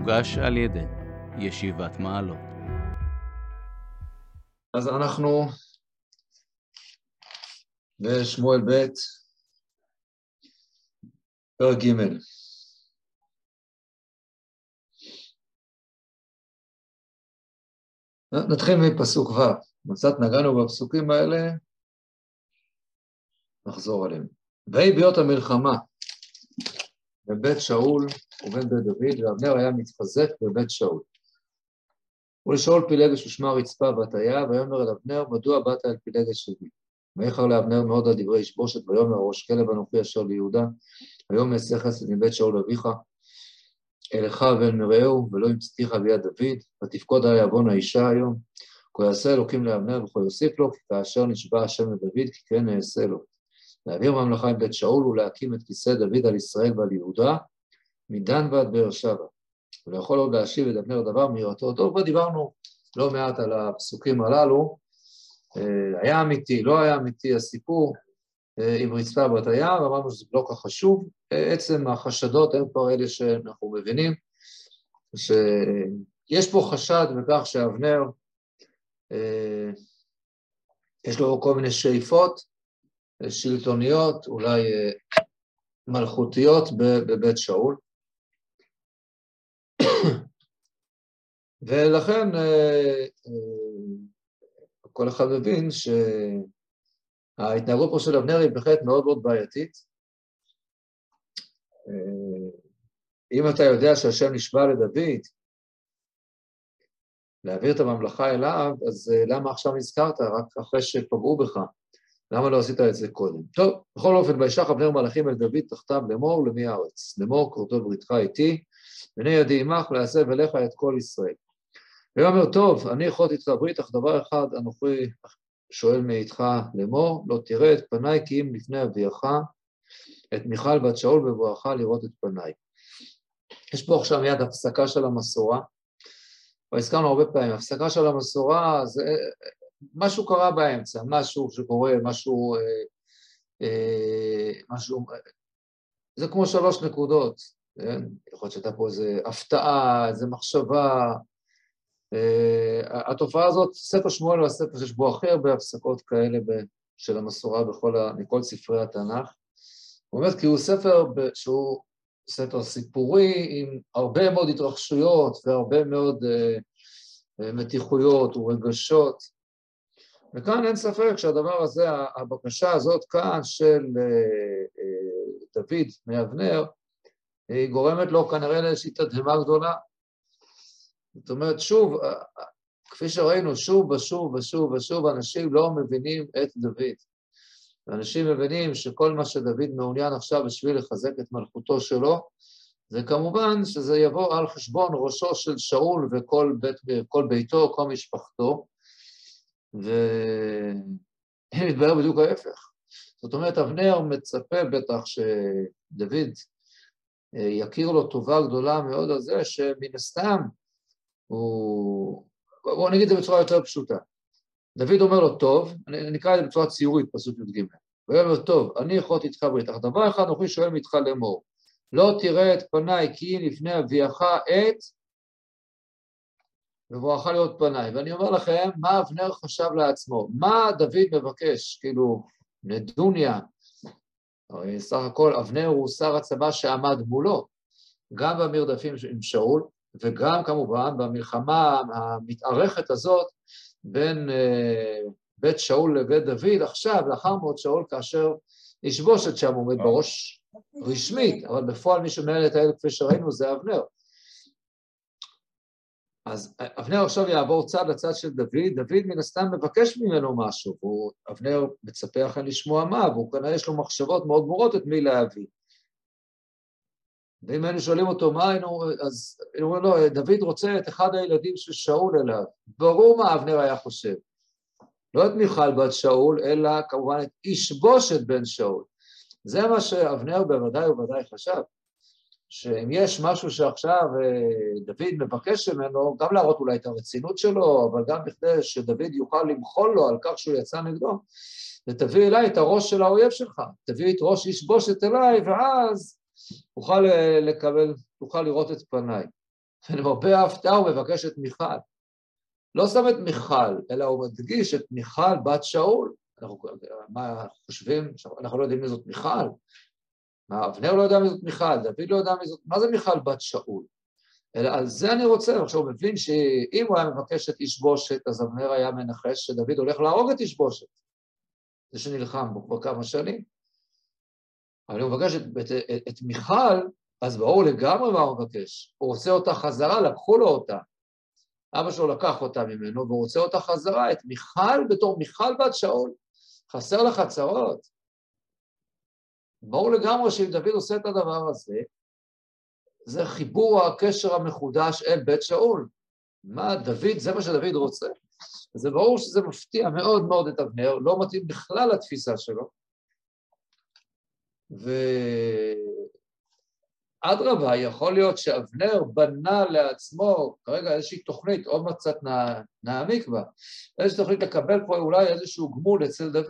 הוגש על ידי ישיבת מעלות. אז אנחנו בשמואל ב' פרק ג'. נתחיל מפסוק ו'. קצת נגענו בפסוקים האלה, נחזור עליהם. ויהי ביות המלחמה בבית שאול ובין בית דוד, ואבנר היה מתחזק בבית שאול. ולשאול פילגש ושמע רצפה בתיה, ויאמר אל אבנר, מדוע באת אל פילגש שבי? ויחר לאבנר מאוד על דברי ישבושת, ויאמר ראש כלב אנוכי אשר ליהודה, היום אעשה חסד מבית שאול אביך, אליך ואל מרעהו, ולא ימצאתיך ביד דוד, ותפקוד עלי עוון האישה היום, כה יעשה אלוקים לאבנר וכה יוסיף לו, כי כאשר נשבע השם לדוד, כי כן אעשה לו. להעביר ממלכה עם בית שאול ולהקים את כיסא דוד על ישראל ועל יהודה, מדן ועד באר שבע. ולאכול עוד להשיב את אבנר דבר מיראתו. טוב, ודיברנו לא מעט על הפסוקים הללו, היה אמיתי, לא היה אמיתי הסיפור עם רצפה בתיה, ואמרנו שזה לא כך חשוב. עצם החשדות הם כבר אלה שאנחנו מבינים, שיש פה חשד בכך שאבנר, יש לו כל מיני שאיפות שלטוניות, אולי מלכותיות בבית שאול, ולכן כל אחד מבין שההתנהגות פה של אבנר היא בהחלט מאוד מאוד בעייתית. אם אתה יודע שהשם נשבע לדוד להעביר את הממלכה אליו, אז למה עכשיו נזכרת רק אחרי שפגעו בך? למה לא עשית את זה קודם? טוב, בכל אופן, וישלח אבנר מלאכים אל דוד תחתיו לאמור למי הארץ. לאמור קראתו בריתך איתי, בני ידי עמך להסב אליך את כל ישראל. ויאמר טוב, אני אכרות איתך ברית, אך דבר אחד אנוכי שואל מאיתך לאמור, לא תראה את פניי כי אם לפני אביך, את מיכל בת שאול בבואך לראות את פניי. יש פה עכשיו מיד הפסקה של המסורה, והזכרנו הרבה פעמים, הפסקה של המסורה, זה משהו קרה באמצע, משהו שקורה, משהו, זה כמו 3 נקודות, יכול להיות שהייתה פה איזו הפתעה, איזו מחשבה, התופעה הזאת, ספר שמואל הוא הספר שיש בו הכי הרבה הפסקות כאלה של המסורה מכל ספרי התנ"ך. הוא אומר כי הוא ספר שהוא ספר סיפורי עם הרבה מאוד התרחשויות והרבה מאוד מתיחויות ורגשות. וכאן אין ספק שהדבר הזה, הבקשה הזאת כאן של דוד מאבנר, היא גורמת לו כנראה לאיזושהי תדהמה גדולה. זאת אומרת, שוב, כפי שראינו, שוב ושוב, אנשים לא מבינים את דוד. ואנשים מבינים שכל מה שדוד מעוניין עכשיו בשביל לחזק את מלכותו שלו, זה כמובן שזה יבוא על חשבון ראשו של שאול וכל ביתו, כל משפחתו, ומתברר בדיוק ההפך. זאת אומרת, אבנר מצפה בטח שדוד יכיר לו טובה גדולה מאוד על זה, שמן הסתם, בואו נגיד את זה בצורה יותר פשוטה. דוד אומר לו, טוב, אני נקרא את זה בצורה ציורית, פסוק י"ג. הוא אומר, טוב, אני אכרות איתך ברית, אך דבר אחד אנוכי שואל מאיתך לאמור, לא תראה את פניי כי לפני אביך את בבואך לראות פניי. ואני אומר לכם, מה אבנר חשב לעצמו? מה דוד מבקש? כאילו, נדוניה, סך הכל, אבנר הוא שר הצבא שעמד מולו, גם במרדפים עם שאול, וגם כמובן במלחמה המתארכת הזאת בין בית שאול לבית דוד, עכשיו, לאחר מות שאול, כאשר ישבושת שם עומד בראש רשמית, אבל בפועל מי שמנהל את האלה כפי שראינו זה אבנר. אז אבנר עכשיו יעבור צד לצד של דוד, דוד מן הסתם מבקש ממנו משהו, אבנר מצפה אכן לשמוע מה, והוא כנראה יש לו מחשבות מאוד ברורות את מי להביא. ואם היינו שואלים אותו מה היינו, אז הוא אומר לו, דוד רוצה את אחד הילדים של שאול אליו. ברור מה אבנר היה חושב. לא את מיכל בת שאול, אלא כמובן את ישבושת בן שאול. זה מה שאבנר בוודאי ובוודאי חשב. שאם יש משהו שעכשיו דוד מבקש ממנו, גם להראות אולי את הרצינות שלו, אבל גם בכדי שדוד יוכל למחול לו על כך שהוא יצא נגדו, ותביא אליי את הראש של האויב שלך, תביא את ראש ישבושת אליי, ואז תוכל לראות את פניי. ולמרבה ההפתעה הוא מבקש את מיכל. לא סתם את מיכל, אלא הוא מדגיש את מיכל בת שאול. מה חושבים? אנחנו לא יודעים מי זאת מיכל. אבנר לא יודע מי זאת מיכל, דוד לא יודע מי זאת, מה זה מיכל בת שאול? אלא על זה אני רוצה, עכשיו הוא מבין שאם הוא היה מבקש את איש-בושת, אז אבנר היה מנחש שדוד הולך להרוג את איש-בושת. זה שנלחם בו כבר כמה שנים. אבל הוא מבקש את מיכל, אז ברור לגמרי מה הוא מבקש. הוא רוצה אותה חזרה, לקחו לו אותה. אבא שלו לקח אותה ממנו, והוא רוצה אותה חזרה, את מיכל בתור מיכל בת שאול. חסר לך צרות. ברור לגמרי שאם דוד עושה את הדבר הזה, זה חיבור הקשר המחודש אל בית שאול. מה דוד, זה מה שדוד רוצה. זה ברור שזה מפתיע מאוד מאוד את אבנר, לא מתאים בכלל לתפיסה שלו. ואדרבה, יכול להיות שאבנר בנה לעצמו, כרגע איזושהי תוכנית, עוד מעט קצת נעמיק בה, איזושהי תוכנית לקבל פה אולי איזשהו גמול אצל דוד,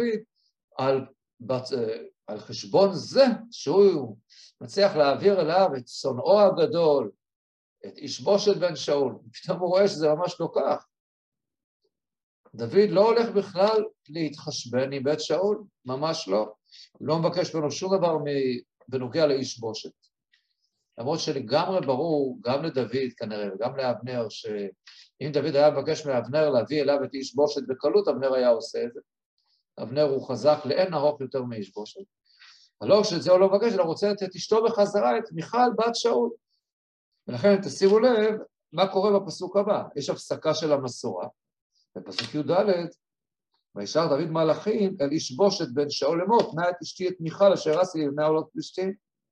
על חשבון זה שהוא מצליח להעביר אליו את שונאו הגדול, את איש-בושת בן שאול, פתאום הוא רואה שזה ממש לא כך. דוד לא הולך בכלל להתחשבן עם בית שאול, ממש לא. הוא לא מבקש ממנו שום דבר בנוגע לאיש-בושת. למרות שלגמרי ברור, גם לדוד כנראה, וגם לאבנר, שאם דוד היה מבקש מאבנר להביא אליו את איש-בושת בקלות, אבנר היה עושה את זה. אבנר הוא חזק לאין ארוך יותר מאיש-בושת. הלא כשזה הוא לא מבקש, אלא רוצה את אשתו בחזרה, את מיכל בת שאול. ולכן תשימו לב מה קורה בפסוק הבא. יש הפסקה של המסורה, בפסוק י"ד, וישר דוד מלאכים אל איש-בושת בן שאול לאמור, תנה את אשתי את מיכל אשר עשי לבני עולות פלישתים.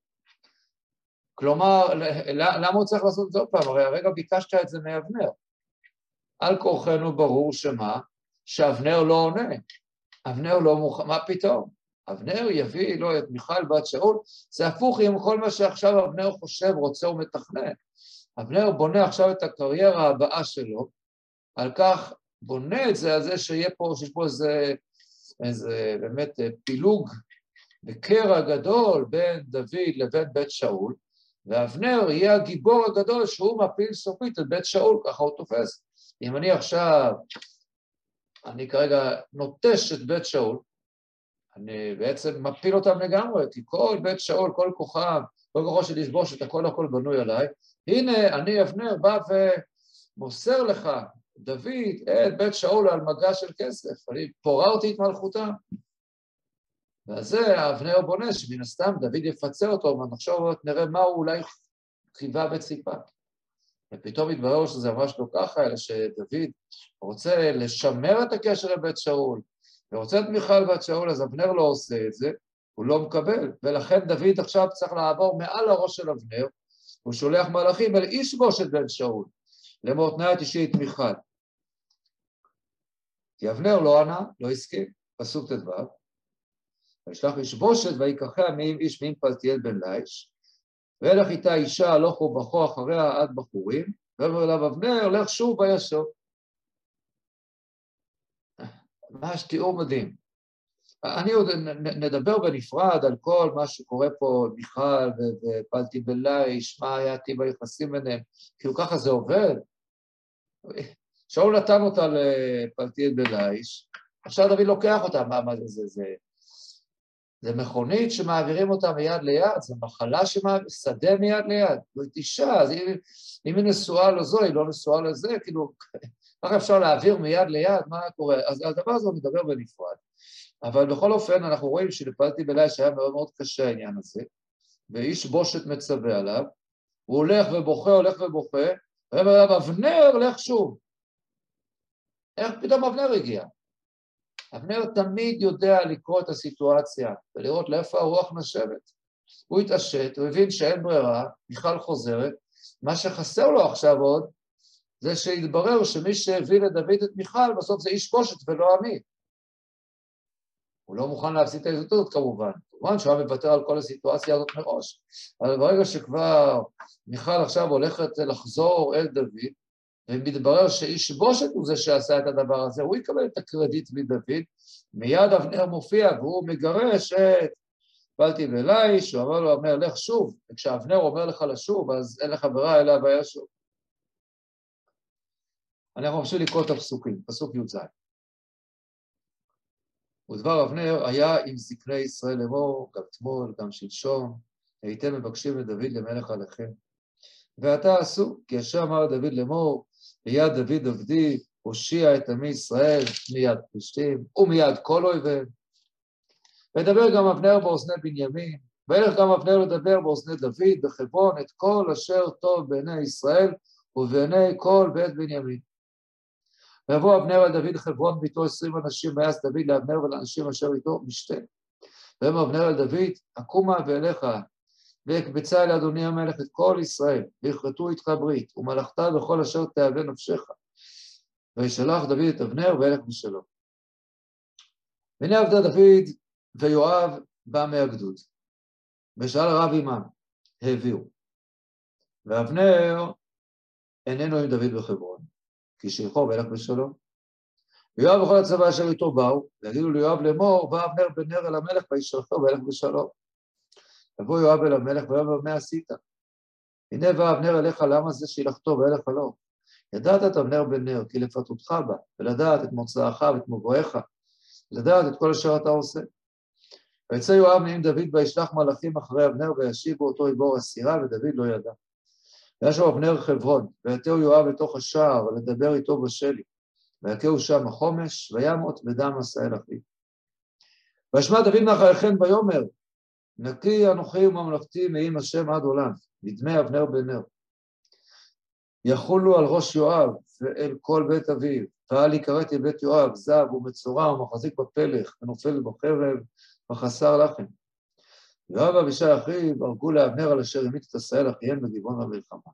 כלומר, למה הוא צריך לעשות את זה עוד פעם? הרי הרגע ביקשת את זה מאבנר. על כורחנו ברור שמה? שאבנר לא עונה. אבנר לא מוכן, מה פתאום? אבנר יביא לו את מיכל בת שאול, זה הפוך עם כל מה שעכשיו אבנר חושב, רוצה ומתכנן. אבנר בונה עכשיו את הקריירה הבאה שלו, על כך בונה את זה, על זה שיש פה איזה באמת פילוג וקרע גדול בין דוד לבין בית שאול, ואבנר יהיה הגיבור הגדול שהוא מפיל סופית את בית שאול, ככה הוא תופס. אם אני כרגע נוטש את בית שאול, אני בעצם מפיל אותם לגמרי, כי כל בית שאול, כל כוחו של איש-בושת, הכל בנוי עליי. הנה, אני אבנר בא ומוסר לך, דוד, את בית שאול על מגע של כסף, אני פוררתי את מלכותם. ואז זה אבנר בונה, שמן הסתם דוד יפצה אותו, ונחשוב נראה מה הוא אולי חיבה וציפה. ופתאום התברר שזה ממש לא ככה, אלא שדוד רוצה לשמר את הקשר לבית שאול, ורוצה את מיכל בת שאול, אז אבנר לא עושה את זה, הוא לא מקבל, ולכן דוד עכשיו צריך לעבור מעל הראש של אבנר, הוא שולח מלאכים אל איש-בושת בן שאול, לאמור תנה את אשתי את מיכל. כי אבנר לא ענה, לא הסכים, פסוק ט"ו, וישלח איש-בושת ויקחיה איש מעם פלטיאל בן ליש, וילך איתה אישה הלוך ובכו אחריה עד בחורים, ואומר אליו אבנר, לך שוב וישוב. ממש תיאור מדהים. אני עוד נדבר בנפרד על כל מה שקורה פה, מיכל ופלטי בליש, מה היה טיב היחסים ביניהם, כאילו ככה זה עובד. שאול נתן אותה לפלטי בליש, עכשיו דוד לוקח אותה, מה זה? זה מכונית שמעבירים אותה מיד ליד, זה מחלה שדה מיד ליד, זאת אישה, אז אם היא נשואה לזו, היא לא נשואה לזה, כאילו, איך אפשר להעביר מיד ליד, מה קורה? אז הדבר הזה נדבר בנפרד. אבל בכל אופן, אנחנו רואים שלפלטי בליש היה מאוד מאוד קשה העניין הזה, ואיש-בושת מצווה עליו, הוא הולך ובוכה, ואומר עליו, אבנר, לך שוב. איך פתאום אבנר הגיע? אבנר תמיד יודע לקרוא את הסיטואציה, ולראות לאיפה הרוח נשבת. הוא התעשת, הוא הבין שאין ברירה, מיכל חוזרת, מה שחסר לו עכשיו עוד, זה שהתברר שמי שהביא לדוד את מיכל, בסוף זה איש-בושת ולא אני. הוא לא מוכן להפסיד את ההזדמנות כמובן, כמובן שהוא היה מוותר על כל הסיטואציה הזאת מראש, אבל ברגע שכבר מיכל עכשיו הולכת לחזור אל דוד, ומתברר שאיש-בושת הוא זה שעשה את הדבר הזה, הוא יקבל את הקרדיט מדוד, מיד אבנר מופיע והוא מגרש את פלטי בליש, הוא אומר לו, לך שוב, וכשאבנר אומר לך לשוב, אז אין לך ברירה אלא וישוב. אנחנו ממשיכים לקרוא את הפסוקים, פסוק י"ז. ודבר אבנר היה עם זקני ישראל לאמור, גם תמול, גם שלשום, הייתם מבקשים את דוד למלך עליכם. ועתה עשו, כי אשר אמר דוד לאמור, ביד דוד עבדי, הושיע את עמי ישראל מיד פלישתים ומיד כל אויביהם. וידבר גם אבנר באוזני בנימין, וילך גם אבנר לדבר באוזני דוד בחברון את כל אשר טוב בעיני ישראל ובעיני כל בית בנימין. ויבוא אבנר על דוד חברון ביתו 20 אנשים, ויעש דוד לאבנר ולאנשים אשר איתו משתה. ויאמר אבנר על דוד, הקומה ואליך, ויקבצה אל אדוני המלך את כל ישראל, ויכרתו איתך ברית, ומלאכת בכל אשר תאווה נפשך. וישלח דוד את אבנר וילך בשלום. והנה עבדה דוד ויואב בא מהגדוד, ושאל הרב עמם, העבירו. ואבנר איננו עם דוד בחברון, כי שילחו וילך בשלום. ויואב וכל הצבא אשר איתו באו, ויגידו ליואב לאמור, בא אבנר בן נר אל המלך, וישלחו וילך בשלום. יבוא יואב אל המלך, ויאמר מה עשית? הנה בא אבנר אליך, למה זה שילחתו וילך לא? ידעת את אבנר בן נר, כי לפתותך בה, ולדעת את מוצאך ואת מבואך, לדעת את כל אשר אתה עושה. ויצא יואב מעם דוד, וישלח מלאכים אחרי אבנר, וישיבו אותו יבור הסירה, ודוד לא ידע. וישב אבנר חברון, ויתהו יואב לתוך השער, ולדבר איתו בשלי. ויכהו שם החומש, וימות בדם עשאל אחיו. וישמע דוד מאחריכם ויאמר, נקי אנוכי וממלכתי מעם השם עד עולם, בדמי אבנר בן נר. יחולו על ראש יואב ואל כל בית אביו, ואל יכרתי בית יואב, זב ומצורע ומחזיק בפלך, ונופל בחרב, וחסר לחם. יואב ואבישי אחיו הרגו לאבנר על אשר המית את עשאל אחיהם בגבעון המלחמה.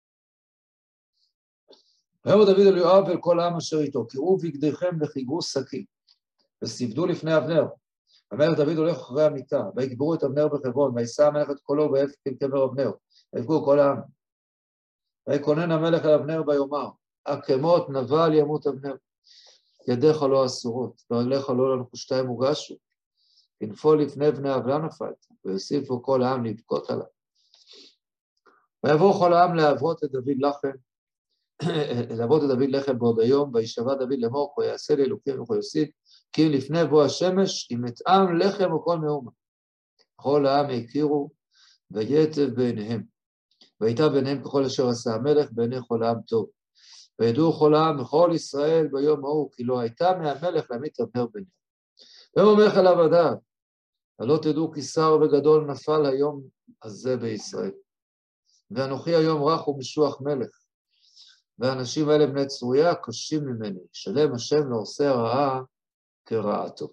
ויאמר דוד אל יואב ואל כל העם אשר איתו, קראו בגדיכם וחיגרו שקים, וסיבדו לפני אבנר. המלך דוד הולך אחרי המיטה, ויקברו את אבנר בחברון, וישא המלך את קולו ויפק קבר אבנר, ויבכו כל העם. ויקונן המלך אל אבנר ויאמר, הקמות נבל ימות אבנר, ידיך לא אסורות, ורגליך לא לנחושתיים הוגשו, כנפול לפני בני עוולה נפלת, ויוסיפו כל העם לבכות עליו. ויבוא כל העם לעברות את דוד לחם, לעבוד את דוד לחם בעוד היום, וישבע דוד לאמור, כה יעשה לאלוקים וכה יוסיף, כי אם לפני בוא השמש, אם אטעם לחם וכל מאומה. כל העם הכירו, ויטב בעיניהם. והייתה ביניהם ככל אשר עשה המלך, בעיני כל העם טוב. וידעו כל העם וכל ישראל ביום ההוא, כי לא הייתה מהמלך להמית אבנר בן נר. ויאמר המלך אליו הדעת, הלא תדעו כי שר וגדול נפל היום הזה בישראל. ואנוכי היום רך ומשוח מלך. והאנשים האלה בני צרויה קשים ממני, שלם השם לעושה הרעה כרעתו.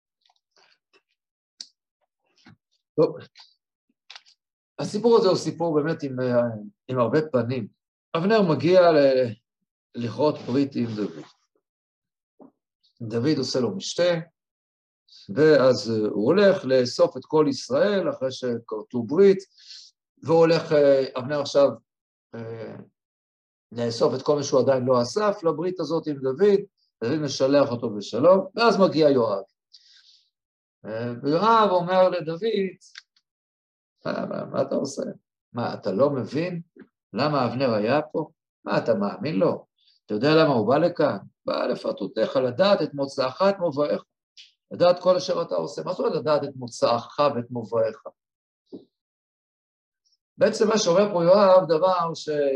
טוב, הסיפור הזה הוא סיפור באמת עם הרבה פנים. אבנר מגיע לכרות ברית עם דוד. דוד עושה לו משתה, ואז הוא הולך לאסוף את כל ישראל אחרי שכרתו ברית, והוא הולך, אבנר עכשיו, לאסוף את כל מה שהוא עדיין לא אסף לברית הזאת עם דוד, דוד משלח אותו בשלום, ואז מגיע יואב. ויואב אומר לדוד, מה אתה עושה? מה, אתה לא מבין למה אבנר היה פה? מה, אתה מאמין לו? אתה יודע למה הוא בא לכאן? בא לפתותך, לדעת את מוצאך, את מבואך. לדעת כל אשר אתה עושה. מה זאת אומרת לדעת את מוצאך ואת מבואך? בעצם מה שאומר פה יואב, דבר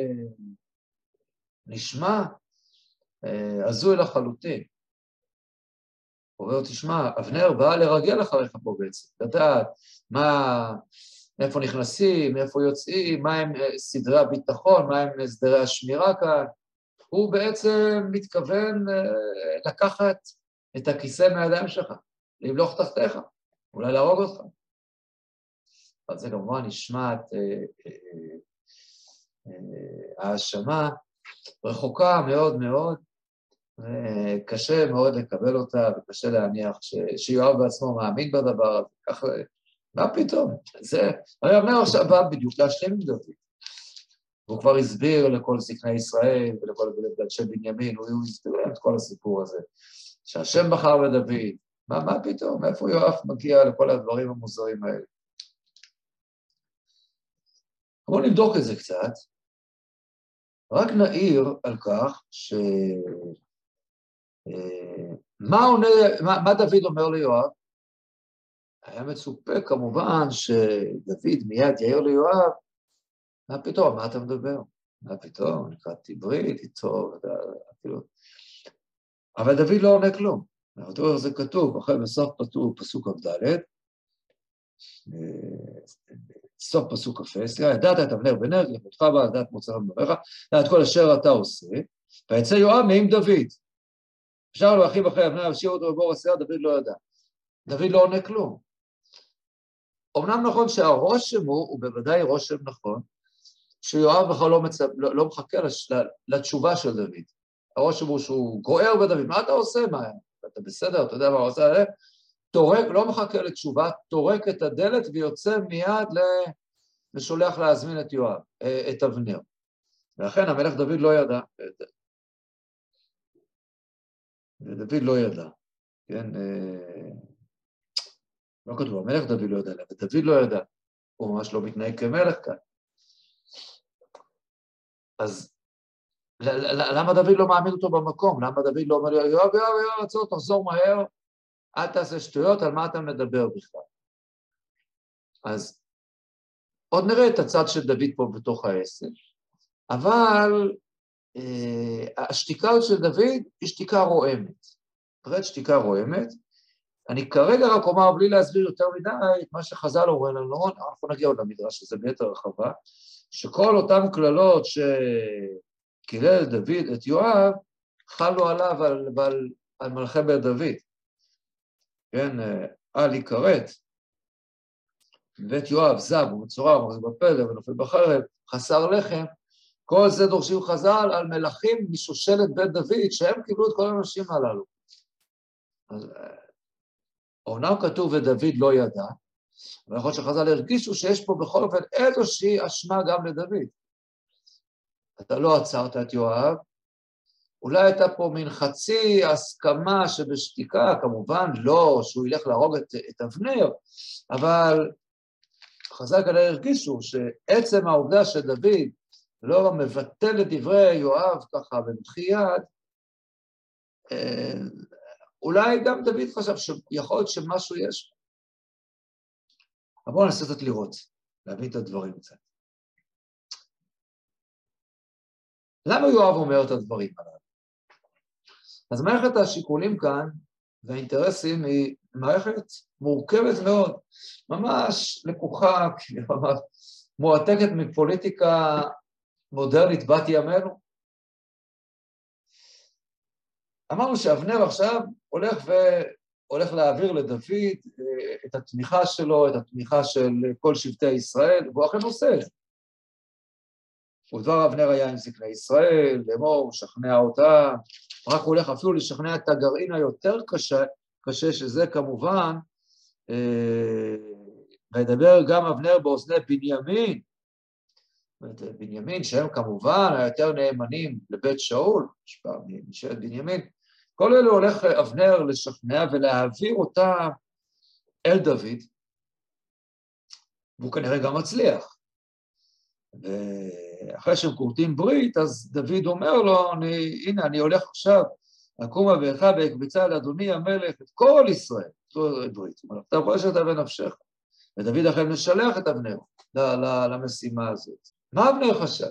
שנשמע הזוי לחלוטין. הוא אומר, תשמע, אבנר בא לרגל אחריך פה בעצם, לדעת מאיפה נכנסים, מאיפה יוצאים, מה הם סדרי הביטחון, מה הם סדרי השמירה כאן. הוא בעצם מתכוון לקחת את הכיסא מהידיים שלך, למלוך תחתיך, אולי להרוג אותך. אז זה כמובן נשמעת האשמה רחוקה מאוד מאוד, וקשה מאוד לקבל אותה, וקשה להניח שיואב בעצמו מאמין בדבר הזה, ככה, מה פתאום? הרי אבנר עכשיו בא בדיוק להשלים עם דוד. והוא כבר הסביר לכל זקני ישראל ולכל אנשי בנימין, הוא הסביר להם את כל הסיפור הזה, שהשם בחר בדוד, מה פתאום? איפה יואב מגיע לכל הדברים המוזרים האלה? בואו נבדוק את זה קצת. רק נעיר על כך מה דוד אומר ליואב? היה מצופה כמובן שדוד מיד יעיר ליואב, מה פתאום, מה אתה מדבר? מה פתאום, נקראתי ברית, איתו, אבל דוד לא עונה כלום. זה כתוב, אחרי בסוף פסוק כ"ד, סוף פסוק כ"ה, ידעת את אבנר בן נר, לכבודך בא לדעת מוצאיו ומוריך, לדעת כל אשר אתה עושה, ויצא יואב מעם דוד. אפשר לו אחיו אחרי אבנר, השאיר אותו בבור הסלע, דוד לא ידע. דוד לא עונה כלום. אמנם נכון שהרושם הוא בוודאי רושם נכון, שיואב בכלל לא מחכה לתשובה של דוד. הרושם הוא שהוא גוער בדוד, מה אתה עושה? מה, אתה בסדר? אתה יודע מה הוא עושה? תורק, לא מחכה לתשובה, תורק את הדלת ויוצא מיד ושולח להזמין את יואב, את אבנר. ולכן המלך דוד לא ידע. דוד לא ידע, כן? לא כתוב, המלך דוד לא ידע, אבל דוד לא ידע. הוא ממש לא מתנהג כמלך כאן. אז למה דוד לא מעמיד אותו במקום? למה דוד לא אומר לו, יואב, עצור, תחזור מהר, אל תעשה שטויות, על מה אתה מדבר בכלל? אז עוד נראה את הצד של דוד פה בתוך העסק, אבל השתיקה של דוד היא שתיקה רועמת. פרד שתיקה רועמת. אני כרגע רק אומר, בלי להסביר יותר מדי, את מה שחז"ל אומרים לנו, אנחנו נגיע עוד למדרש הזה ביתר רחבה, שכל אותם כללות שקילל דוד את יואב, חלו עליו על מלכי בית דוד. כן, על יכרת, בית יואב זב ומצורר ומחזיק בפלג ונופל בחרב, חסר לחם, כל זה דורשים חז"ל על מלכים משושלת בית דוד, שהם קיבלו את כל האנשים הללו. אז אומנם כתוב ודוד לא ידע, אבל יכול להיות שחז"ל הרגישו שיש פה בכל אופן איזושהי אשמה גם לדוד. אתה לא עצרת את יואב, אולי הייתה פה מין חצי הסכמה שבשתיקה, כמובן לא שהוא ילך להרוג את אבנר, אבל חז"ל כנראה הרגישו שעצם העובדה שדוד לא מבטל את דברי יואב ככה במחי יד, אולי גם דוד חשב שיכול להיות שמשהו יש. אבל בואו ננסה קצת לראות, להבין את הדברים קצת. למה יואב אומר את הדברים הללו? אז מערכת השיקולים כאן והאינטרסים היא מערכת מורכבת מאוד, ממש לקוחה, ממש מועתקת מפוליטיקה מודרנית בת ימינו. אמרנו שאבנר עכשיו הולך להעביר לדוד את התמיכה שלו, את התמיכה של כל שבטי ישראל, והוא אכן עושה את זה. ודבר אבנר היה עם זקני ישראל, לאמור, שכנע אותה, רק הולך אפילו לשכנע את הגרעין היותר קשה שזה כמובן, וידבר גם אבנר באוזני בנימין, בנימין שהם כמובן היותר נאמנים לבית שאול, משבט בנימין, כל אלו הולך אבנר לשכנע ולהעביר אותה אל דוד, והוא כנראה גם מצליח. ואחרי שהם כורתים ברית, אז דוד אומר לו, הנה אני הולך עכשיו, אקומה ואלך בהקבצה לאדוני המלך את כל ישראל, כל ברית. הוא אומר, אתה יכול לשבת בנפשך. ודוד אכן משלח את אבנר למשימה הזאת. מה אבנר חשב?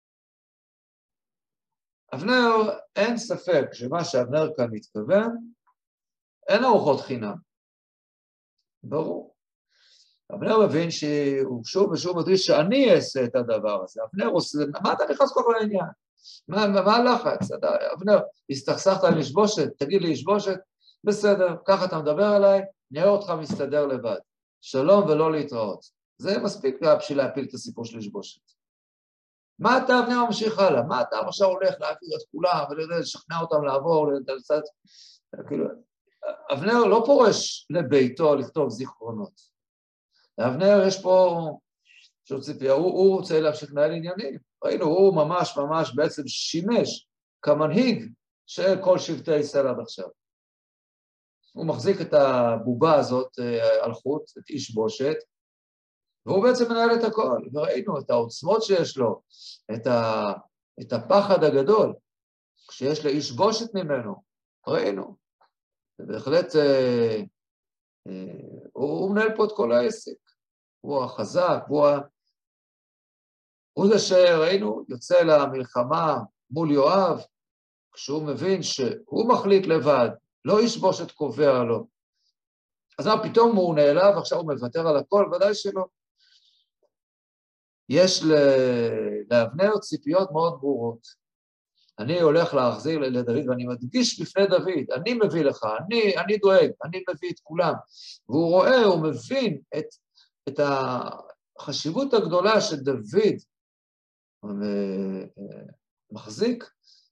אבנר, אין ספק שמה שאבנר כאן מתכוון, אין ארוחות חינם. ברור. אבנר מבין שהוא שוב ושוב מדריש שאני אעשה את הדבר הזה. אבנר עושה, מה אתה נכנס כל העניין? מה הלחץ? אבנר, הסתכסכת על ישבושת, תגיד לי ישבושת, בסדר, ככה אתה מדבר עליי, נראה אותך מסתדר לבד. שלום ולא להתראות. זה מספיק בשביל להפיל את הסיפור של ישבושת. מה אתה אבנר ממשיך הלאה? מה אתה עכשיו הולך להעביר את כולם ולשכנע אותם לעבור, כאילו, אבנר לא פורש לביתו לכתוב זיכרונות. לאבנר יש פה, שוב ציפייה, הוא רוצה להמשיך לנהל עניינים. ראינו, הוא ממש בעצם שימש כמנהיג של כל שבטי ישראל עד עכשיו. הוא מחזיק את הבובה הזאת על חוט, את איש בושת, והוא בעצם מנהל את הכל. וראינו את העוצמות שיש לו, את את הפחד הגדול, כשיש לאיש בושת ממנו, ראינו, ובהחלט הוא מנהל פה את כל העסק, הוא החזק, הוא זה שראינו, יוצא למלחמה מול יואב, כשהוא מבין שהוא מחליט לבד, לא איש בושת קובע לו. אז מה, פתאום הוא נעלב, עכשיו הוא מוותר על הכל, ודאי שלא. יש לאבנר ציפיות מאוד ברורות. אני הולך להחזיר לדוד, ואני מדגיש בפני דוד, אני מביא לך, אני דואג, אני מביא את כולם. והוא רואה, הוא מבין את החשיבות הגדולה שדוד מחזיק,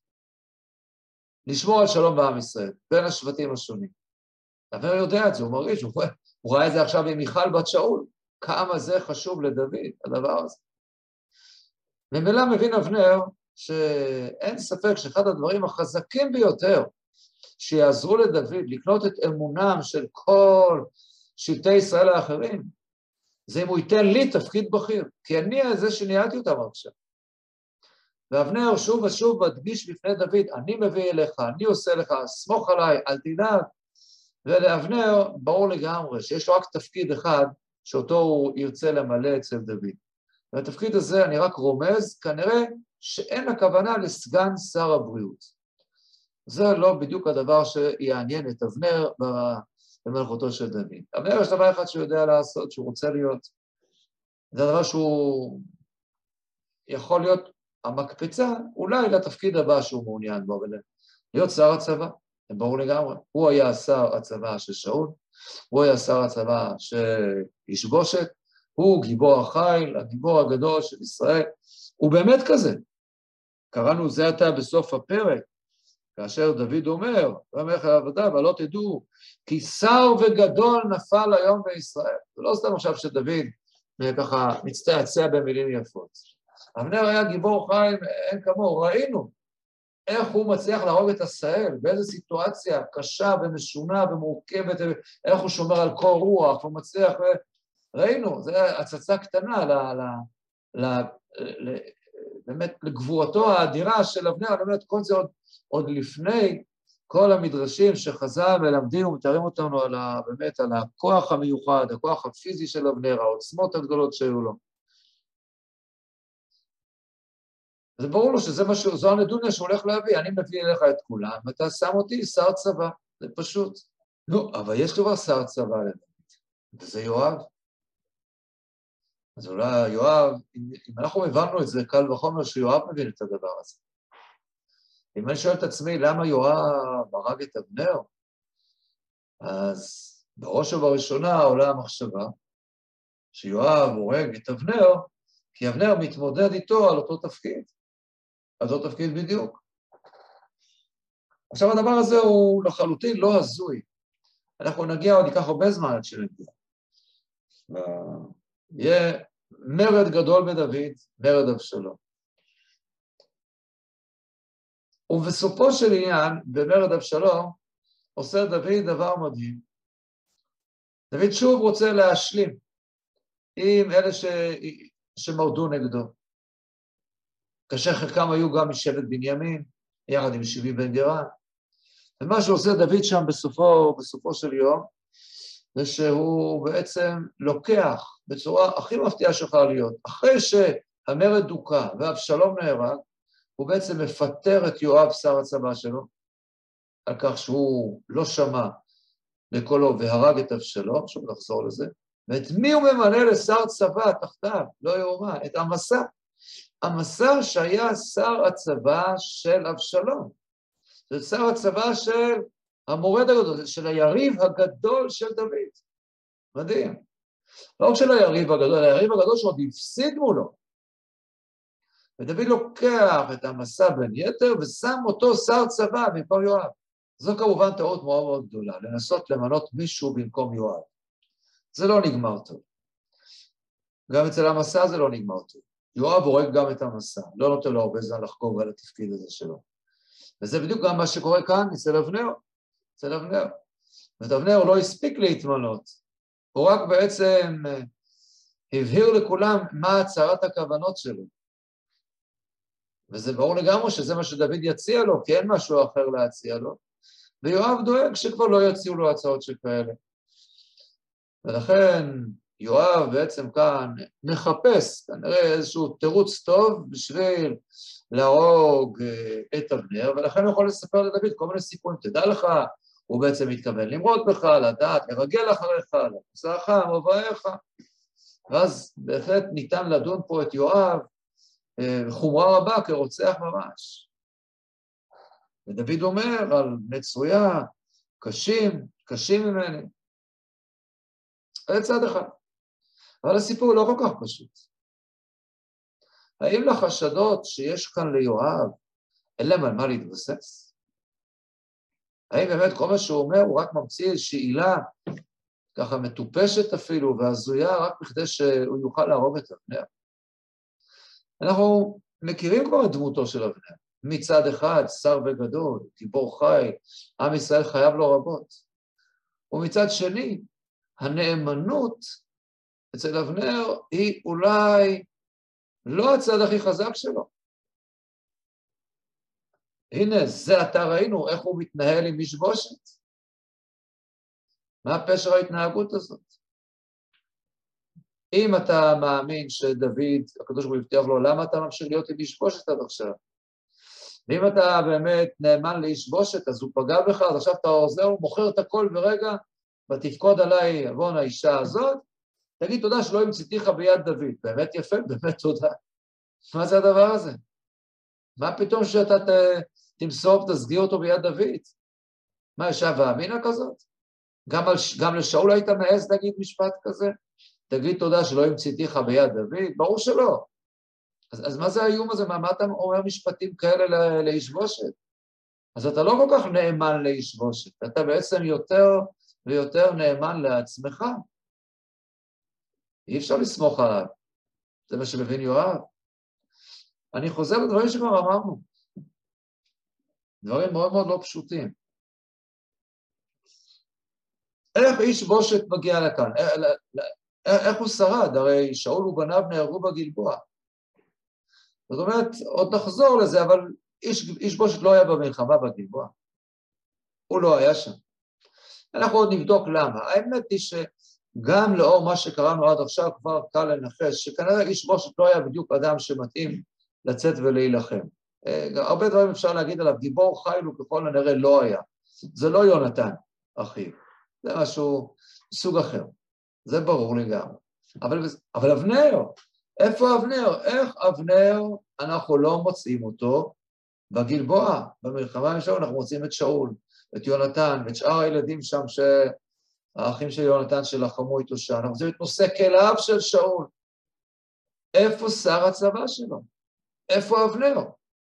לשמור על שלום בעם ישראל, בין השבטים השונים. אבנר יודע את זה, הוא מרגיש, הוא ראה את זה עכשיו עם מיכל בת שאול, כמה זה חשוב לדוד, הדבר הזה. ממילא מבין אבנר שאין ספק שאחד הדברים החזקים ביותר שיעזרו לדוד לקנות את אמונם של כל שבטי ישראל האחרים, זה אם הוא ייתן לי תפקיד בכיר, כי אני זה שניהלתי אותם עכשיו. ואבנר שוב ושוב מדגיש בפני דוד, אני מביא אליך, אני עושה לך, סמוך עליי, אל תדאג. ולאבנר ברור לגמרי שיש לו רק תפקיד אחד שאותו הוא ירצה למלא אצל דוד. והתפקיד הזה, אני רק רומז, כנראה שאין הכוונה לסגן שר הבריאות. זה לא בדיוק הדבר שיעניין את אבנר במלכותו של דוד. אבנר יש דבר אחד שהוא יודע לעשות, שהוא רוצה להיות. זה הדבר שהוא יכול להיות המקפצה, אולי לתפקיד הבא שהוא מעוניין בו, להיות שר הצבא, זה ברור לגמרי. הוא היה שר הצבא של שאול, הוא היה שר הצבא של איש בושת, הוא גיבור החיל, הגיבור הגדול של ישראל, הוא באמת כזה. קראנו זה עתה בסוף הפרק, כאשר דוד אומר, ומלך העבודה, ולא תדעו, כי שר וגדול נפל היום בישראל. זה לא סתם עכשיו שדוד ככה מצטעצע במילים יפות. אבנר היה גיבור חיל, אין כמוהו, ראינו איך הוא מצליח להרוג את עשהאל, באיזו סיטואציה קשה ומשונה ומורכבת, איך הוא שומר על קור רוח, הוא מצליח, ראינו, זו הצצה קטנה באמת לגבורתו האדירה של אבנר, אני אומרת, כל זה עוד לפני כל המדרשים שחז"ל מלמדים ומתארים אותנו באמת על הכוח המיוחד, הכוח הפיזי של אבנר, העוצמות הגדולות שהיו לו. זה ברור לו שזה משהו, זו הנדוניה שהוא הולך להביא, אני מביא אליך את כולם, ואתה שם אותי שר צבא, זה פשוט. נו, אבל יש כבר שר צבא לדוד, וזה יואב. אז אולי יואב, אם אנחנו הבנו את זה, קל וחומר שיואב מבין את הדבר הזה. אם אני שואל את עצמי למה יואב הרג את אבנר, אז בראש ובראשונה עולה המחשבה שיואב הורג את אבנר, כי אבנר מתמודד איתו על אותו תפקיד. על אותו תפקיד בדיוק. עכשיו הדבר הזה הוא לחלוטין לא הזוי. אנחנו נגיע עוד ייקח הרבה זמן עד שנגיע. יהיה מרד גדול בדוד, מרד אבשלום. ובסופו של עניין, במרד אבשלום, עושה דוד דבר מדהים. דוד שוב רוצה להשלים עם אלה שמרדו נגדו. כאשר חלקם היו גם משבט בנימין, יחד עם שבעי בן גרה. ומה שעושה דוד שם בסופו של יום, זה שהוא בעצם לוקח בצורה הכי מפתיעה שיכולה להיות, אחרי שהמרד דוכא ואבשלום נהרג, הוא בעצם מפטר את יואב שר הצבא שלו, על כך שהוא לא שמע לקולו והרג את אבשלום, שוב נחזור לזה, ואת מי הוא ממנה לשר צבא תחתיו, לא יאומן, את עמסה. עמסה שהיה שר הצבא של אבשלום. זה שר הצבא של המורד הגדול, של היריב הגדול של דוד. מדהים. לא רק של היריב הגדול, היריב הגדול שעוד הפסיד מולו. ודוד לוקח את עמסה בין יתר ושם אותו שר צבא במקום יואב. זו כמובן טעות מאוד מאוד גדולה, לנסות למנות מישהו במקום יואב. זה לא נגמר טוב. גם אצל עמסה זה לא נגמר טוב. יואב הורג גם את עמסה, לא נותן לו הרבה זמן לחקור על התפקיד הזה שלו. וזה בדיוק גם מה שקורה כאן אצל אבנר. אצל אבנר. ואת אבנר לא הספיק להתמנות. הוא רק בעצם הבהיר לכולם מה הצהרת הכוונות שלו. וזה ברור לגמרי שזה מה שדוד יציע לו, כי אין משהו אחר להציע לו, ויואב דואג שכבר לא יציעו לו הצעות שכאלה. ולכן יואב בעצם כאן מחפש, כנראה איזשהו תירוץ טוב בשביל להרוג את אבנר, ולכן הוא יכול לספר לדוד כל מיני סיפורים, תדע לך, הוא בעצם מתכוון למרוד בך, לדעת, לרגל אחריך, לפסעך, מבואך, ואז בהחלט ניתן לדון פה את יואב בחומרה רבה כרוצח ממש. ודוד אומר על מצויה, קשים ממני. זה צד אחד. אבל הסיפור לא כל כך פשוט. האם לחשדות שיש כאן ליואב, אין להם על מה להתבסס? האם באמת כל מה שהוא אומר הוא רק ממציא איזושהי עילה, ככה מטופשת אפילו, והזויה רק בכדי שהוא יוכל להרוג את אבנר? אנחנו מכירים כבר את דמותו של אבנר. מצד אחד, שר וגדול, גיבור חי, עם ישראל חייב לו רבות. ומצד שני, הנאמנות אצל אבנר היא אולי לא הצד הכי חזק שלו. הנה, זה עתה ראינו איך הוא מתנהל עם משבושת. מה פשר ההתנהגות הזאת? אם אתה מאמין שדוד, הקדוש ברוך הוא הבטיח לו, למה אתה ממשיך להיות עם משבושת עד עכשיו? ואם אתה באמת נאמן לישבושת, אז הוא פגע בך, אז עכשיו אתה עוזר, הוא מוכר את הכל ברגע, ותפקוד עליי, עוון האישה הזאת, תגיד תודה שלא המצאתיך ביד דוד. באמת יפה, באמת תודה. מה זה הדבר הזה? מה פתאום שאתה תמסור ותסגיר אותו ביד דוד? מה, יש הווה אמינא כזאת? גם לשאול היית מעז להגיד משפט כזה? תגיד תודה שלא המצאתיך ביד דוד? ברור שלא. אז מה זה האיום הזה? מה אתה אומר משפטים כאלה לישבושת? אז אתה לא כל כך נאמן לישבושת, אתה בעצם יותר ויותר נאמן לעצמך. אי אפשר לסמוך עליו. זה מה שמבין יואב. אני חוזר לדברים שכבר אמרנו. דברים מאוד מאוד לא פשוטים. איך איש בושת מגיע לכאן? איך הוא שרד? הרי שאול ובניו נהרגו בגלבוע. זאת אומרת, עוד נחזור לזה, אבל איש בושת לא היה במלחמה בגלבוע. הוא לא היה שם. אנחנו עוד נבדוק למה. האמת היא שגם לאור מה שקראנו עד עכשיו, כבר קל לנחש, שכנראה איש בושת לא היה בדיוק אדם שמתאים לצאת ולהילחם. הרבה דברים אפשר להגיד עליו, גיבור חיל הוא ככל הנראה לא היה. זה לא יונתן, אחיו. זה משהו סוג אחר. זה ברור לגמרי. אבל אבנר, איפה אבנר? איך אבנר אנחנו לא מוצאים אותו בגלבוע, במלחמה עם שאול, אנחנו מוצאים את שאול, את יונתן, את שאר הילדים שם, האחים של יונתן שלחמו איתו שם, אנחנו מוצאים את נושא כליו של שאול. איפה שר הצבא שלו? איפה אבנר?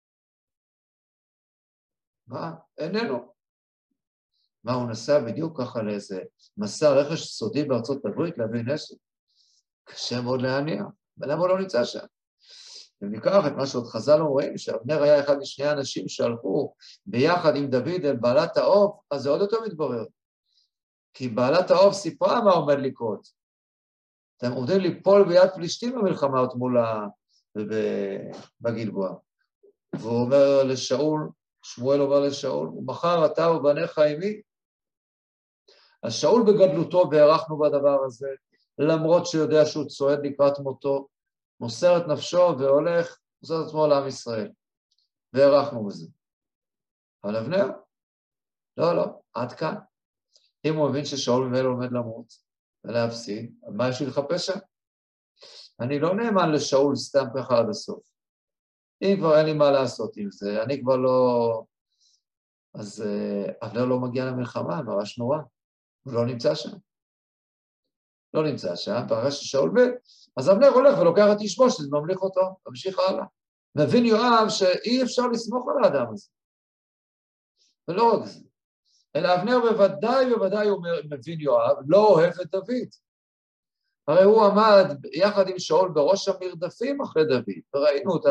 מה? איננו. מה, הוא נסע בדיוק ככה לאיזה מסע רכש סודי בארצות הברית להביא נשק? קשה מאוד להניע, ולמה הוא לא נמצא שם? אם ניקח את מה שעוד חז"ל אומרים, שאבנר היה אחד משני האנשים שהלכו ביחד עם דוד אל בעלת העוף, אז זה עוד יותר מתברר. כי בעלת העוף סיפרה מה עומד לקרות. אתם עומדים ליפול ביד פלישתים במלחמה מולה בגלבוע. והוא אומר לשאול, שמואל אומר לשאול, ומחר אתה ובניך עימי. אז שאול בגדלותו והערכנו בדבר הזה, למרות שיודע שהוא צועד לקראת מותו, מוסר את נפשו והולך, מוסר את עצמו לעם ישראל. והערכנו בזה. אבל אבנר? לא, לא, עד כאן. אם הוא מבין ששאול ממילא עומד למות ולהפסיד, מה יש לי לחפש שם? אני לא נאמן לשאול סתם ככה עד הסוף. אם כבר אין לי מה לעשות עם זה, אני כבר לא... אז אבנר לא מגיע למלחמה, ממש נורא. הוא לא נמצא שם. לא נמצא שם, ואחרי ששאול מת, אז אבנר הולך ולוקח את איש בושת, ממליך אותו, ממשיך הלאה. מבין יואב שאי אפשר לסמוך על האדם הזה. ולא רק זה. אלא אבנר בוודאי הוא מבין יואב, לא אוהב את דוד. הרי הוא עמד יחד עם שאול בראש המרדפים אחרי דוד, וראינו את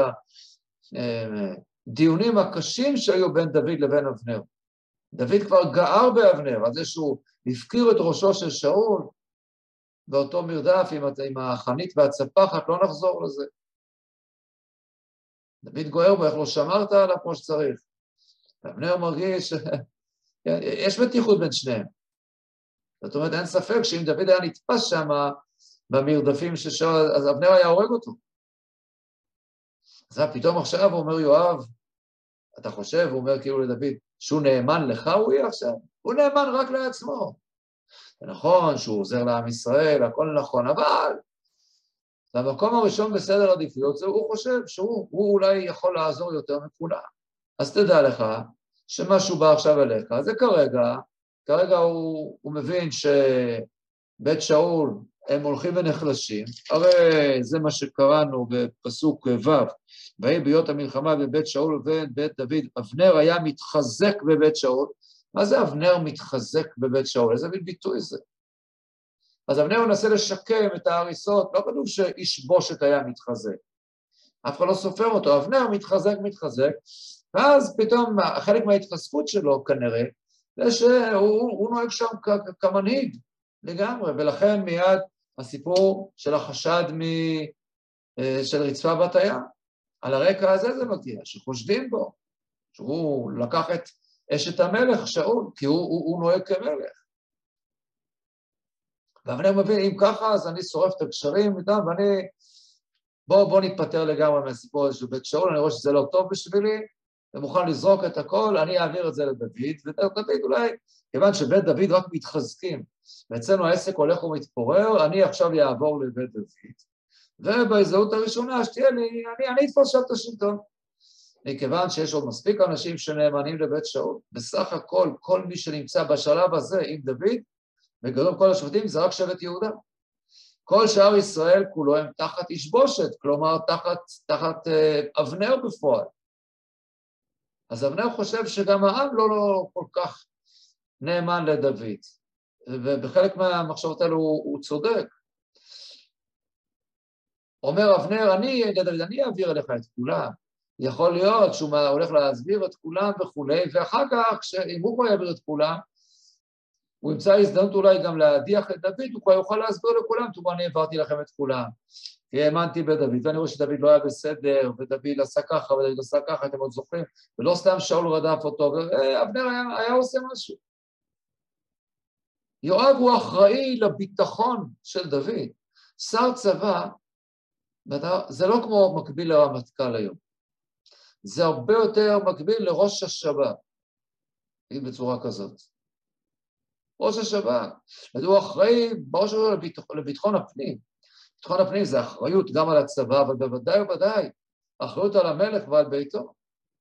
הדיונים הקשים שהיו בין דוד לבין אבנר. דוד כבר גער באבנר, על זה שהוא הפקיר את ראשו של שאול, באותו מרדף עם החנית והצפחת, לא נחזור לזה. דוד גוער בו, איך לא שמרת עליו כמו שצריך. ואבנר מרגיש, יש מתיחות בין שניהם. זאת אומרת, אין ספק שאם דוד היה נתפס שם במרדפים של שאול, אז אבנר היה הורג אותו. אז פתאום עכשיו הוא אומר, יואב, אתה חושב, הוא אומר כאילו לדוד, שהוא נאמן לך הוא יהיה עכשיו? הוא נאמן רק לעצמו. זה נכון שהוא עוזר לעם ישראל, הכל נכון, אבל במקום הראשון בסדר עדיפויות, הוא חושב שהוא אולי יכול לעזור יותר מכולם. אז תדע לך שמשהו בא עכשיו אליך, זה כרגע הוא מבין שבית שאול הם הולכים ונחלשים, הרי זה מה שקראנו בפסוק ו', ויהי ביות המלחמה בבית שאול ובין בית דוד, אבנר היה מתחזק בבית שאול. מה זה אבנר מתחזק בבית שאול? איזה ביטוי זה? אז אבנר מנסה לשקם את ההריסות, לא כתוב שאיש בושת היה מתחזק, אף אחד לא סופר אותו, אבנר מתחזק, ואז פתאום חלק מההתחזקות שלו כנראה, זה שהוא נוהג שם כמנהיג לגמרי, ולכן מיד הסיפור של החשד של רצפה בת הים, על הרקע הזה זה מגיע, שחושדים בו, שהוא לקח את אשת המלך שאול, כי הוא נוהג כמלך. ואבנר מבין, אם ככה, אז אני שורף את הקשרים איתם, ואני, בוא נתפטר לגמרי מהסיפור הזה של בית שאול, אני רואה שזה לא טוב בשבילי, ומוכן לזרוק את הכל, אני אעביר את זה לדוד, ודוד אולי, כיוון שבית דוד רק מתחזקים, ואצלנו העסק הולך ומתפורר, אני עכשיו יעבור לבית דוד, ובהזדמנות הראשונה שתהיה לי, אני אתפוס שם את השלטון. מכיוון שיש עוד מספיק אנשים שנאמנים לבית שאול, בסך הכל, כל מי שנמצא בשלב הזה עם דוד, וגדול כל השבטים זה רק שבט יהודה. כל שאר ישראל כולו הם תחת איש בושת, כלומר תחת אבנר בפועל. אז אבנר חושב שגם העם לא כל כך נאמן לדוד, ובחלק מהמחשבות האלו הוא צודק. אומר אבנר, אני אעביר אליך את כולם. יכול להיות שהוא הולך להסביר את כולם וכולי, ואחר כך, אם הוא כבר יעביר את כולם, הוא ימצא הזדמנות אולי גם להדיח את דוד, הוא כבר יוכל להסביר לכולם, תאמר, אני העברתי לכם את כולם, כי האמנתי בדוד, ואני רואה שדוד לא היה בסדר, ודוד עשה ככה, ודוד עשה ככה, אתם עוד זוכרים, ולא סתם שאול רדף אותו, ואבנר היה עושה משהו. יואב הוא אחראי לביטחון של דוד. שר צבא, זה לא כמו מקביל לרמטכ"ל היום, זה הרבה יותר מקביל לראש השב"כ, בצורה כזאת. ראש השב"כ, הוא אחראי בראש לביטחון הפנים. ביטחון הפנים זה אחריות גם על הצבא, אבל בוודאי ובוודאי, אחריות על המלך ועל ביתו.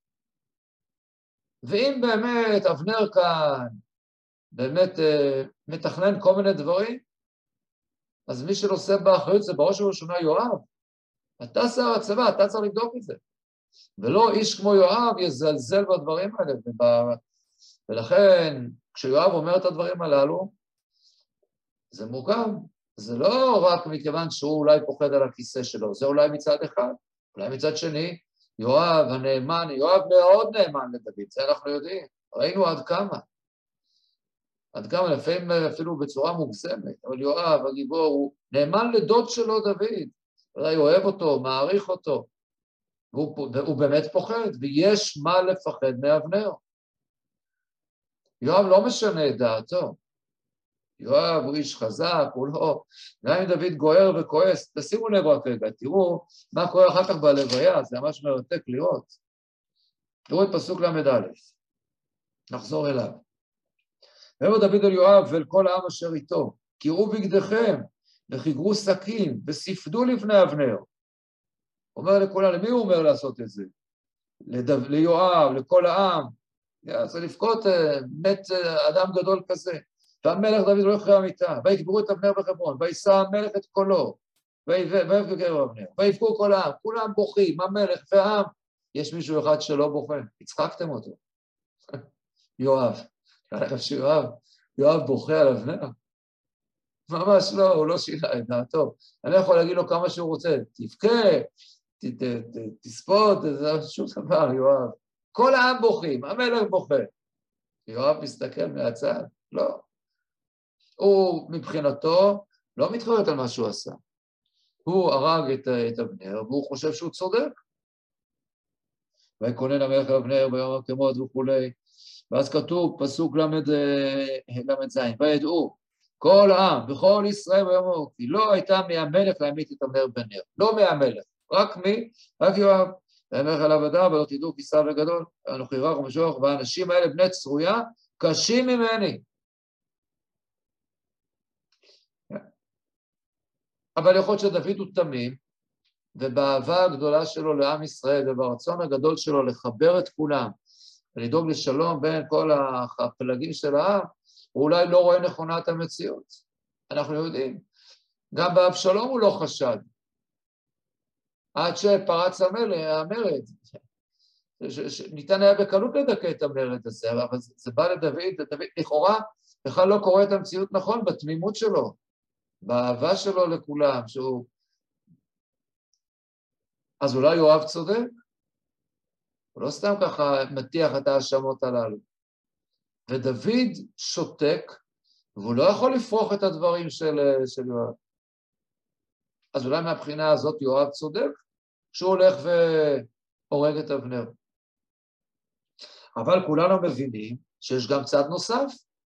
ואם באמת אבנר כאן באמת מתכנן כל מיני דברים, אז מי שנושא באחריות זה בראש ובראשונה יואב. אתה שר הצבא, אתה צריך לבדוק את זה. ולא איש כמו יואב יזלזל בדברים האלה. ולכן, כשיואב אומר את הדברים הללו, זה מורכב. זה לא רק מכיוון שהוא אולי פוחד על הכיסא שלו, זה אולי מצד אחד. אולי מצד שני, יואב הנאמן, יואב מאוד נאמן לדוד, זה אנחנו יודעים. ראינו עד כמה. עד כמה, לפעמים אפילו בצורה מוגזמת, אבל יואב, הגיבור, הוא נאמן לדוד שלו דוד. אולי אוהב אותו, מעריך אותו. והוא באמת פוחד, ויש מה לפחד מאבנר. יואב לא משנה את דעתו. יואב הוא איש חזק, הוא לא... גם אם דוד גוער וכועס, תשימו לב רק רגע, תראו מה קורה אחר כך בלוויה, זה ממש מרתק לראות. תראו את פסוק ל"א, נחזור אליו. ויאמר דוד אל יואב ואל כל העם אשר איתו, קירו בגדיכם, וחיגרו שקים, וספדו לפני אבנר. אומר לכולם, למי הוא אומר לעשות את זה? ליואב, לכל העם. זה לפקוד מת אדם גדול כזה. והמלך דוד לא יכריע מיתה, ויקברו את אבנר בחברון, וישא המלך את קולו, ויבקר אבנר, ויבכו כל העם, כולם בוכים, המלך והעם. יש מישהו אחד שלא בוכה, הצחקתם אותו. יואב, יואב בוכה על אבנר? ממש לא, הוא לא שינה את דעתו. אני יכול להגיד לו כמה שהוא רוצה, תבכה, תספוד, זה שום דבר, יואב. כל העם בוכים, המלך בוכה. יואב מסתכל מהצד, לא. הוא מבחינתו לא מתחרט על מה שהוא עשה. הוא הרג את אבנר, והוא חושב שהוא צודק. ויקונן המלך על אבנר ויאמר כמות וכולי. ואז כתוב, פסוק ל"ז, וידעו כל העם וכל ישראל ויאמרו, כי לא הייתה מהמלך להמית את אבנר בן נר. לא מהמלך, רק מי? רק יואב. והמלך עליו ידע, ולא תדעו כי שר וגדול, אנוכי רך ומשוח, והאנשים האלה בני צרויה קשים ממני. אבל יכול להיות שדוד הוא תמים, ובאהבה הגדולה שלו לעם ישראל, וברצון הגדול שלו לחבר את כולם, ולדאוג לשלום בין כל הפלגים של העם, הוא אולי לא רואה נכונה את המציאות. אנחנו יודעים. גם באבשלום הוא לא חשד. עד שפרץ המרד. ניתן היה בקלות לדכא את המרד הזה, אבל זה בא לדוד, ודוד לכאורה בכלל לא קורא את המציאות נכון בתמימות שלו, באהבה שלו לכולם, שהוא... אז אולי יואב צודק? הוא לא סתם ככה מטיח את האשמות הללו. ודוד שותק, והוא לא יכול לפרוח את הדברים של יואב. אז אולי מהבחינה הזאת יואב צודק, שהוא הולך והורג את אבנר. אבל כולנו מבינים שיש גם צד נוסף.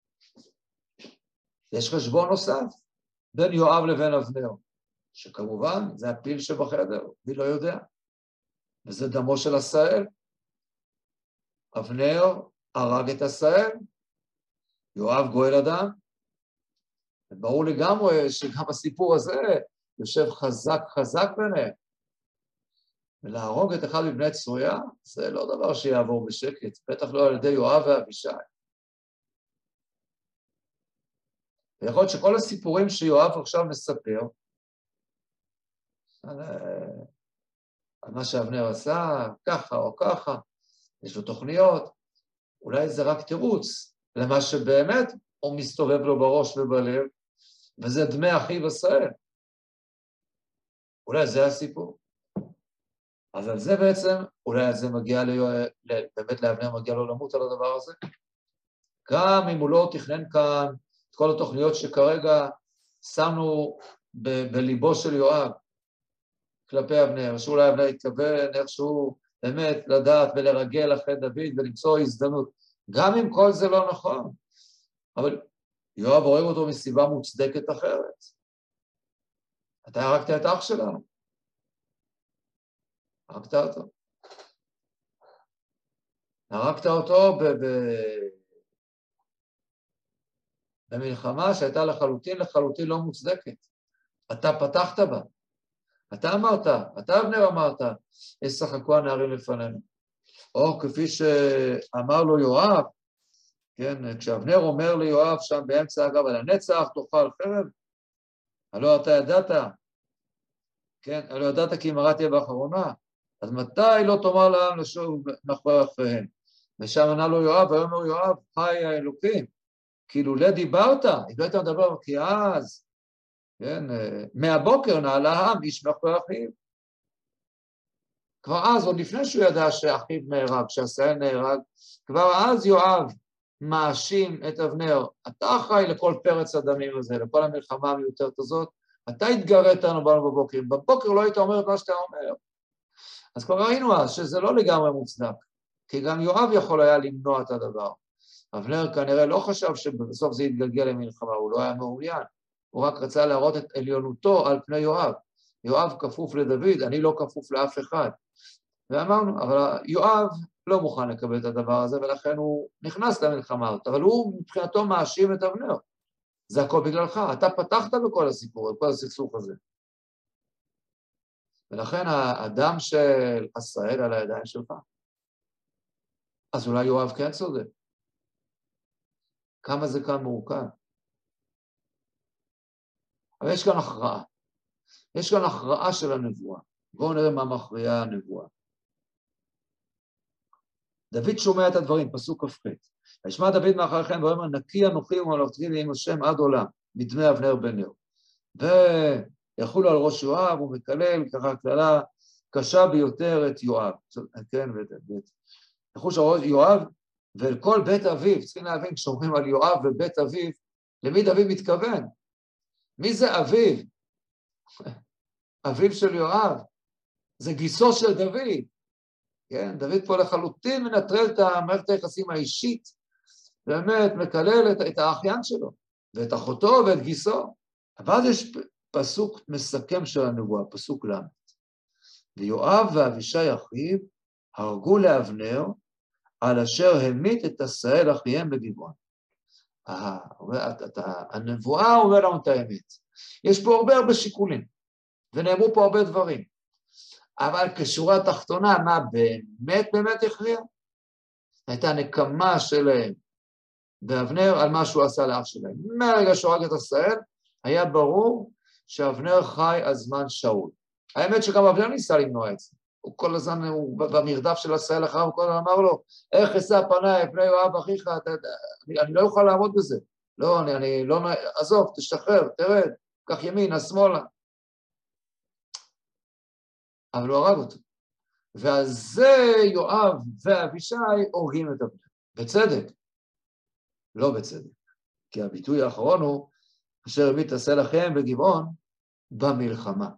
יש חשבון נוסף בין יואב לבין אבנר, שכמובן זה הפיל שבחדר, מי לא יודע. וזה דמו של עשאל. אבנר הרג את עשאל, יואב גואל אדם. ברור לגמרי שגם הסיפור הזה יושב חזק ביניהם. ולהרוג את אחד מבני צרויה, זה לא דבר שיעבור בשקט, בטח לא על ידי יואב ואבישי. ויכול להיות שכל הסיפורים שיואב עכשיו מספר, על מה שאבנר עשה, ככה או ככה, יש לו תוכניות, אולי זה רק תירוץ למה שבאמת הוא מסתובב לו בראש ובלב, וזה דמי אחיו עשאל. אולי זה הסיפור. אז על זה בעצם, אולי על זה מגיע באמת לאבנר מגיע לו למות על הדבר הזה. גם אם הוא לא תכנן כאן את כל התוכניות שכרגע שמנו בליבו של יואב כלפי אבנר, שאולי אבנר יתכוון איכשהו באמת לדעת ולרגל אחרי דוד ולמצוא הזדמנות. גם אם כל זה לא נכון, אבל יואב הורג אותו מסיבה מוצדקת אחרת. אתה הרגת את אח שלנו. הרגת אותו. הרגת אותו במלחמה שהייתה לחלוטין לא מוצדקת. אתה פתחת בה. אתה אמרת, אתה אבנר אמרת, ישחקו הנערים לפנינו. או כפי שאמר לו יואב, כן, כשאבנר אומר ליואב שם באמצע אגב, על הנצח תאכל חרב, הלא אתה ידעת, כן, הלא ידעת כי מרה תהיה באחרונה, אז מתי לא תאמר לעם לשוב מאחורי אחריהם? ושם ענה לו יואב, ויאמר יואב, חי האלוקים, כאילו לא דיברת, אם לא היית מדבר, כי אז, כן, מהבוקר נעלה העם, איש מאחורי אחיו. כבר אז, עוד לפני שהוא ידע שאחיו נהרג, שעשאל נהרג, כבר אז יואב מאשים את אבנר, אתה אחראי לכל פרץ הדמים הזה, לכל המלחמה המיותרת הזאת, אתה התגרית בנו בבוקר, בבוקר לא היית אומר את מה שאתה אומר. אז כבר ראינו אז שזה לא לגמרי מוצדק, כי גם יואב יכול היה למנוע את הדבר. אבנר כנראה לא חשב שבסוף זה יתגלגל למלחמה, הוא לא היה מעוניין, הוא רק רצה להראות את עליונותו על פני יואב. יואב כפוף לדוד, אני לא כפוף לאף אחד. ואמרנו, אבל יואב לא מוכן לקבל את הדבר הזה, ולכן הוא נכנס למלחמה הזאת, אבל הוא מבחינתו מאשים את אבנר. זה הכל בגללך, אתה פתחת בכל הסיפור, בכל הסכסוך הזה. ולכן האדם של עשאל על הידיים שלך. אז אולי יואב כן צודק. כמה זה כאן מורכב. אבל יש כאן הכרעה. יש כאן הכרעה של הנבואה. בואו נראה מה מכריעה הנבואה. דוד שומע את הדברים, פסוק כ"ח. וישמע דוד מאחריכם ואומר, נקי אנוכי וממלכתי לי עם השם עד עולם, מדמי אבנר בן נר. ויחולו על ראש יואב ומקלל, ככה קללה קשה ביותר את יואב. כן, יחוש על ראש יואב ואל כל בית אביו, צריכים להבין, כשאומרים על יואב ובית אביו, למי דוד מתכוון? מי זה אביו? אביו של יואב, זה גיסו של דוד. כן? דוד פה לחלוטין מנטרל את מערכת היחסים האישית, באמת מקלל את האחיין שלו, ואת אחותו ואת גיסו. אבל יש פסוק מסכם של הנבואה, פסוק ל'. ויואב ואבישי אחיו הרגו לאבנר, על אשר המית את עשאל אחיהם בגבעון. הנבואה אומר לנו את האמת. יש פה הרבה שיקולים, ונאמרו פה הרבה דברים. אבל כשורה תחתונה, מה באמת הכריע? הייתה נקמה שלהם באבנר על מה שהוא עשה לאח שלהם. מהרגע שהוא הרג את עשאל, היה ברור שאבנר חי על זמן שאול. האמת שגם אבנר ניסה למנוע את זה. הוא כל הזמן, במרדף של עשאל אחריו, הוא כל הזמן אמר לו, איך אשא פניי פני יואב אחיך, אני לא אוכל לעמוד בזה. לא, אני לא, עזוב, תשתחרר, תרד, קח ימינה, שמאלה. אבל הוא הרג אותו. ועל זה יואב ואבישי הורגים את אבנר. בצדק. לא בצדק. כי הביטוי האחרון הוא, אשר המית עשאל אחיהם בגבעון, במלחמה.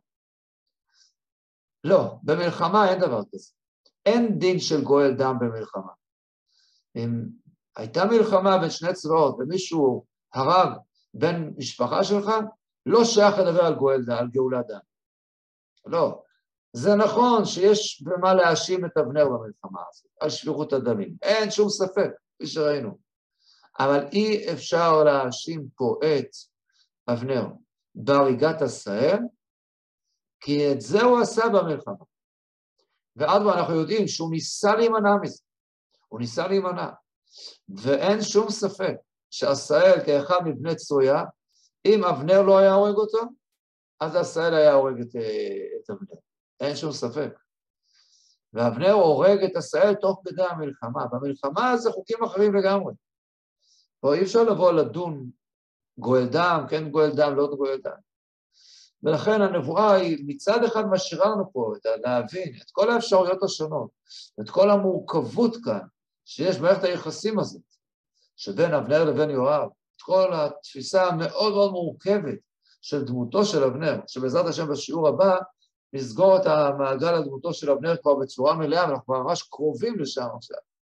לא, במלחמה אין דבר כזה. אין דין של גואל דם במלחמה. אם הייתה מלחמה בין שני צבאות, ומישהו הרג בין משפחה שלך, לא שייך לדבר על גואל דם, על גאולת דם. לא. זה נכון שיש במה להאשים את אבנר במלחמה הזאת, על שפיכות הדמים. אין שום ספק, כפי שראינו. אבל אי אפשר להאשים פה את אבנר בהריגת עשאל, כי את זה הוא עשה במלחמה. ועד אנחנו יודעים שהוא ניסה להימנע מזה. הוא ניסה להימנע. ואין שום ספק שעשאל כאחד מבני צרויה, אם אבנר לא היה הורג אותו, אז עשאל היה הורג את אבנר. אין שום ספק. ואבנר הורג את עשאל תוך כדי המלחמה. במלחמה זה חוקים אחרים לגמרי. פה אי אפשר לבוא לדון גואל דם, כן גואל דם, לא גואל דם. ולכן הנבואה היא מצד אחד משאירה לנו פה להבין את כל האפשרויות השונות, את כל המורכבות כאן, שיש במערכת היחסים הזאת, שבין אבנר לבין יואב, את כל התפיסה המאוד מאוד מורכבת של דמותו של אבנר, שבעזרת השם בשיעור הבא, נסגור את המעגל לדמותו של אבנר כבר בצורה מלאה, ואנחנו ממש קרובים לשם עכשיו.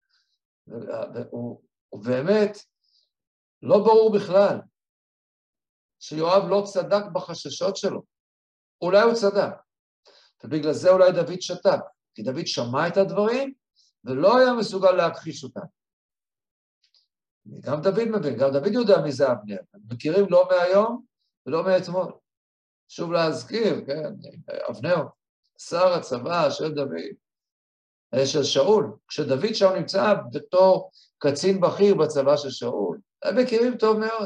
ובאמת, לא ברור בכלל, שיואב לא צדק בחששות שלו. אולי הוא צדק, ובגלל זה אולי דוד שתק, כי דוד שמע את הדברים, ולא היה מסוגל להכחיש אותם. גם דוד מבין, גם דוד יודע מי זה אבנר, מכירים לא מהיום ולא מאתמול. שוב להזכיר, כן, אבנר, שר הצבא של דוד, של שאול, כשדוד שם נמצא בתור קצין בכיר בצבא של שאול, הם מכירים טוב מאוד.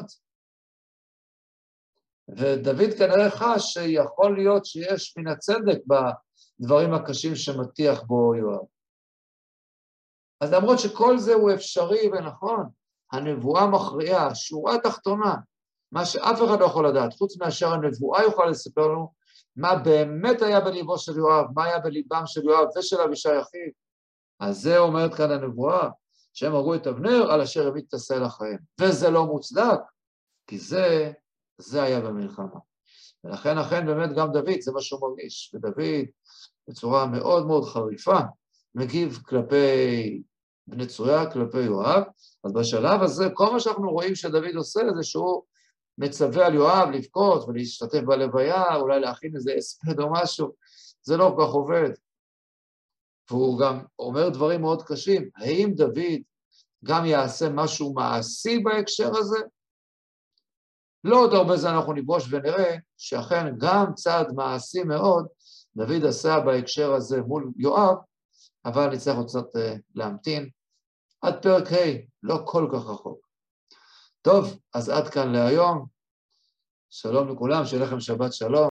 ודוד כנראה חש שיכול להיות שיש מן הצדק בדברים הקשים שמטיח בו יואב. אז למרות שכל זה הוא אפשרי ונכון, הנבואה מכריעה, שורה תחתונה, מה שאף אחד לא יכול לדעת, חוץ מאשר הנבואה יוכל לספר לנו, מה באמת היה בליבו של יואב, מה היה בליבם של יואב ושל אבישי אחיו. אז זה אומרת כאן הנבואה, שהם הרגו את אבנר על אשר המית את עשאל אחיהם. וזה לא מוצדק, כי זה היה במלחמה. ולכן אכן באמת גם דוד, זה מה שהוא מרגיש. ודוד בצורה מאוד מאוד חריפה, מגיב כלפי בני צרויה, כלפי יואב. אז בשלב הזה, כל מה שאנחנו רואים שדוד עושה, זה שהוא מצווה על יואב לבכות ולהשתתף בלוויה, אולי להכין איזה הספד או משהו, זה לא כל כך עובד. והוא גם אומר דברים מאוד קשים, האם דוד גם יעשה משהו מעשי בהקשר הזה? לא עוד הרבה זמן אנחנו נברוש ונראה שאכן גם צעד מעשי מאוד דוד עשה בהקשר הזה מול יואב, אבל נצטרך עוד קצת להמתין עד פרק ה', לא כל כך רחוק. טוב, אז עד כאן להיום. שלום לכולם, שיהיה לכם שבת שלום.